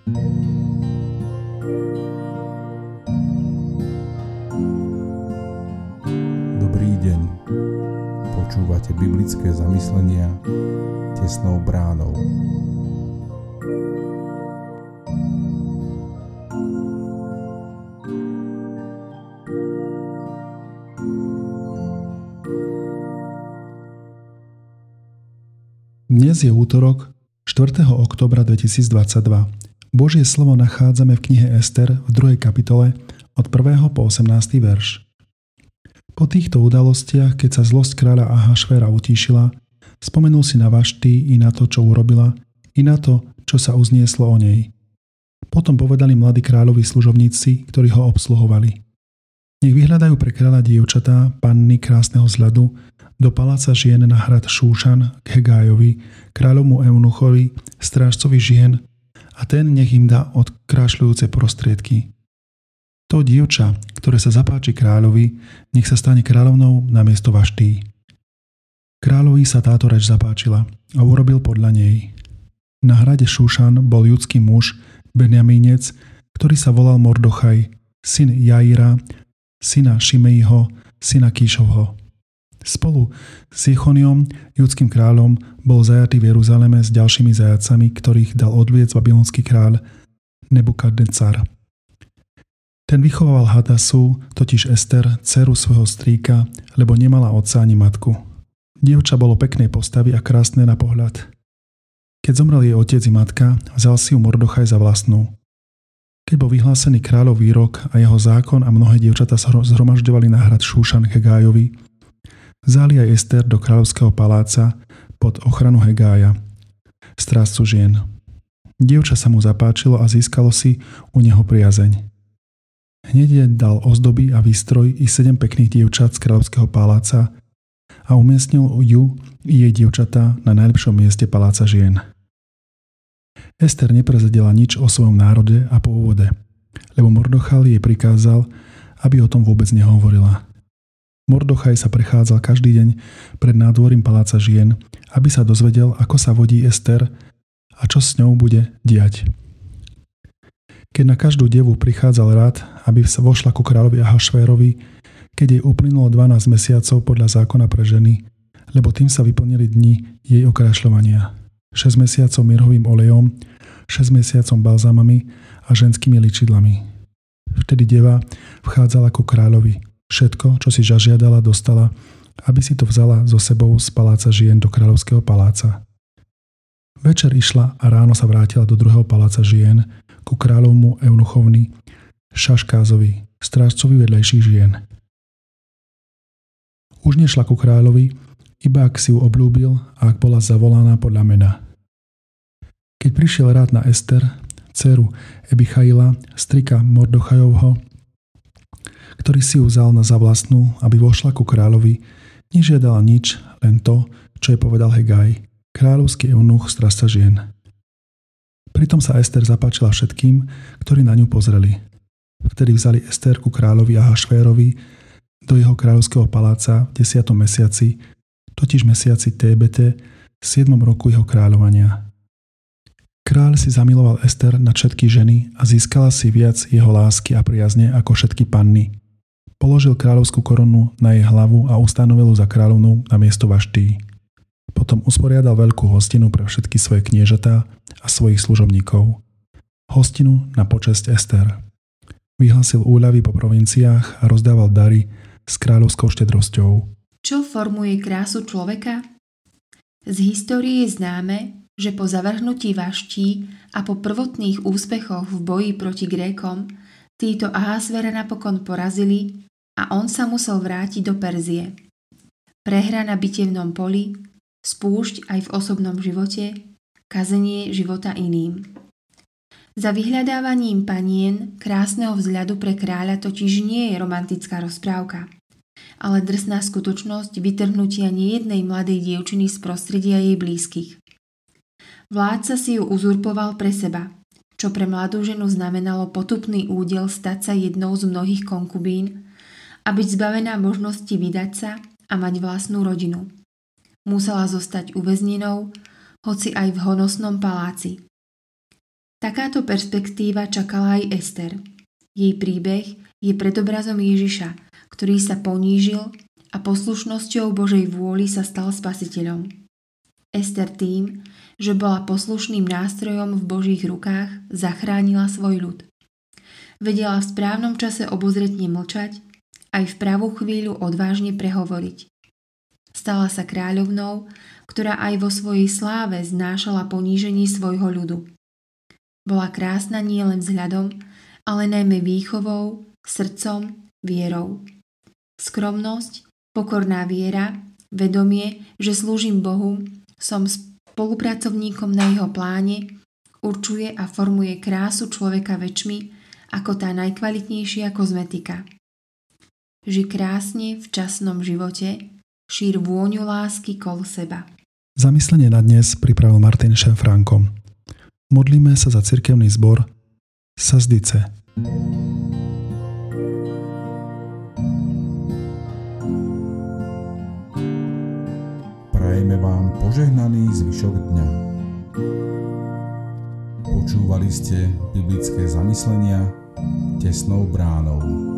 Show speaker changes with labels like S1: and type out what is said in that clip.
S1: Dobrý deň. Počúvate biblické zamyslenia tesnou bránou.
S2: Dnes je útorok, 4. októbra 2022. Božie slovo nachádzame v knihe Ester v 2. kapitole od 1. po 18. verš. Po týchto udalostiach, keď sa zlosť kráľa Ahašvéra utíšila, spomenul si na Vašti i na to, čo urobila, i na to, čo sa uznieslo o nej. Potom povedali mladí kráľovi služobníci, ktorí ho obsluhovali: Nech vyhľadajú pre kráľa dievčatá, panny krásneho vzhľadu, do paláca žien na hrad Šúšan k Hegájovi, kráľovmu eunuchovi, strážcovi žien, a ten nech im dá odkrášľujúce prostriedky. To dievča, ktoré sa zapáči kráľovi, nech sa stane kráľovnou namiesto Vaští. Kráľovi sa táto reč zapáčila a urobil podľa nej. Na hrade Šúšan bol judský muž, Benjamínec, ktorý sa volal Mordochaj, syn Jaira, syna Šimejho, syna Kíšovho. Spolu s Jechoniom, judským kráľom, bol zajatý v Jeruzaleme s ďalšími zajatcami, ktorých dal odviecť babylonský kráľ Nebukadnecar. Ten vychoval Hadasu, totiž Ester, dceru svojho strýka, lebo nemala otca ani matku. Dievča bolo peknej postavy a krásne na pohľad. Keď zomrel jej otec i matka, vzal si ju Mordochaj za vlastnú. Keď bol vyhlásený kráľov výrok a jeho zákon a mnohé dievčatá sa zhromažďovali na hrad Šúšan k Hegájovi, vzali aj Ester do kráľovského paláca pod ochranu Hegája, strážcu žien. Dievča sa mu zapáčilo a získalo si u neho priazeň. Hneď jej dal ozdoby a výstroj i 7 pekných dievčat z kráľovského paláca a umiestnil ju i jej dievčatá na najlepšom mieste paláca žien. Ester neprezradila nič o svojom národe a pôvode, lebo Mordochaj jej prikázal, aby o tom vôbec nehovorila. Mordochaj sa prechádzal každý deň pred nádvorím paláca žien, aby sa dozvedel, ako sa vodí Ester a čo s ňou bude diať. Keď na každú devu prichádzal rad, aby sa vošla ku kráľovi Ahašvérovi, keď jej uplynulo 12 mesiacov podľa zákona pre ženy, lebo tým sa vyplnili dni jej okrášľovania. 6 mesiacov mirhovým olejom, 6 mesiacom balzámami a ženskými ličidlami. Vtedy deva vchádzala ku kráľovi. Všetko, čo si zažiadala, dostala, aby si to vzala so sebou z paláca žien do kráľovského paláca. Večer išla a ráno sa vrátila do druhého paláca žien ku kráľovmu eunuchovni Šaškázovi, strážcovi vedľajších žien. Už nešla ku kráľovi, iba ak si ju obľúbil a ak bola zavolaná podľa mena. Keď prišiel rád na Ester, dceru Ebichaila, strika Mordochajovho, ktorý si ju vzal za vlastnú, aby vošla ku kráľovi, nežiadala nič, len to, čo jej povedal Hegáj, kráľovský eunuch strážca žien. Pritom sa Ester zapáčila všetkým, ktorí na ňu pozreli. Vtedy vzali Ester ku kráľovi Ahašvérovi do jeho kráľovského paláca v 10. mesiaci, totiž mesiaci Tébete, v 7. roku jeho kráľovania. Kráľ si zamiloval Ester nad všetky ženy a získala si viac jeho lásky a priazne ako všetky panny. Položil kráľovskú korunu na jej hlavu a ustanovil ju za kráľovnú na miesto Vaští. Potom usporiadal veľkú hostinu pre všetky svoje kniežatá a svojich služobníkov. Hostinu na počesť Ester. Vyhlásil úľavy po provinciách a rozdával dary s kráľovskou štedrosťou.
S3: Čo formuje krásu človeka? Z histórie je známe, že po zavrhnutí Vaští a po prvotných úspechoch v boji proti Grékom títo Ahasvera napokon porazili a on sa musel vrátiť do Perzie. Prehra na bitevnom poli, spúšť aj v osobnom živote, kazenie života iným. Za vyhľadávaním panien krásneho vzhľadu pre kráľa totiž nie je romantická rozprávka, ale drsná skutočnosť vytrhnutia nejednej mladej dievčiny z prostredia jej blízkych. Vládca si ju uzurpoval pre seba, čo pre mladú ženu znamenalo potupný údel stať sa jednou z mnohých konkubín a byť zbavená možnosti vydať sa a mať vlastnú rodinu. Musela zostať uväznenou, hoci aj v honosnom paláci. Takáto perspektíva čakala aj Ester. Jej príbeh je predobrazom Ježiša, ktorý sa ponížil a poslušnosťou Božej vôli sa stal spasiteľom. Ester tým, že bola poslušným nástrojom v Božích rukách, zachránila svoj ľud. Vedela v správnom čase obozretne mlčať, aj v pravú chvíľu odvážne prehovoriť. Stala sa kráľovnou, ktorá aj vo svojej sláve znášala poníženie svojho ľudu. Bola krásna nielen vzhľadom, ale najmä výchovou, srdcom, vierou. Skromnosť, pokorná viera, vedomie, že slúžim Bohu, som spolupracovníkom na jeho pláne, určuje a formuje krásu človeka väčšmi ako tá najkvalitnejšia kozmetika. Ži krásne v časnom živote, šír vôňu lásky kol seba.
S2: Zamyslenie na dnes pripravil Martin Šefránko. Modlíme sa za cirkevný zbor Sazdice.
S1: Prajeme vám požehnaný zvyšok dňa. Počúvali ste biblické zamyslenia Tesnou bránou.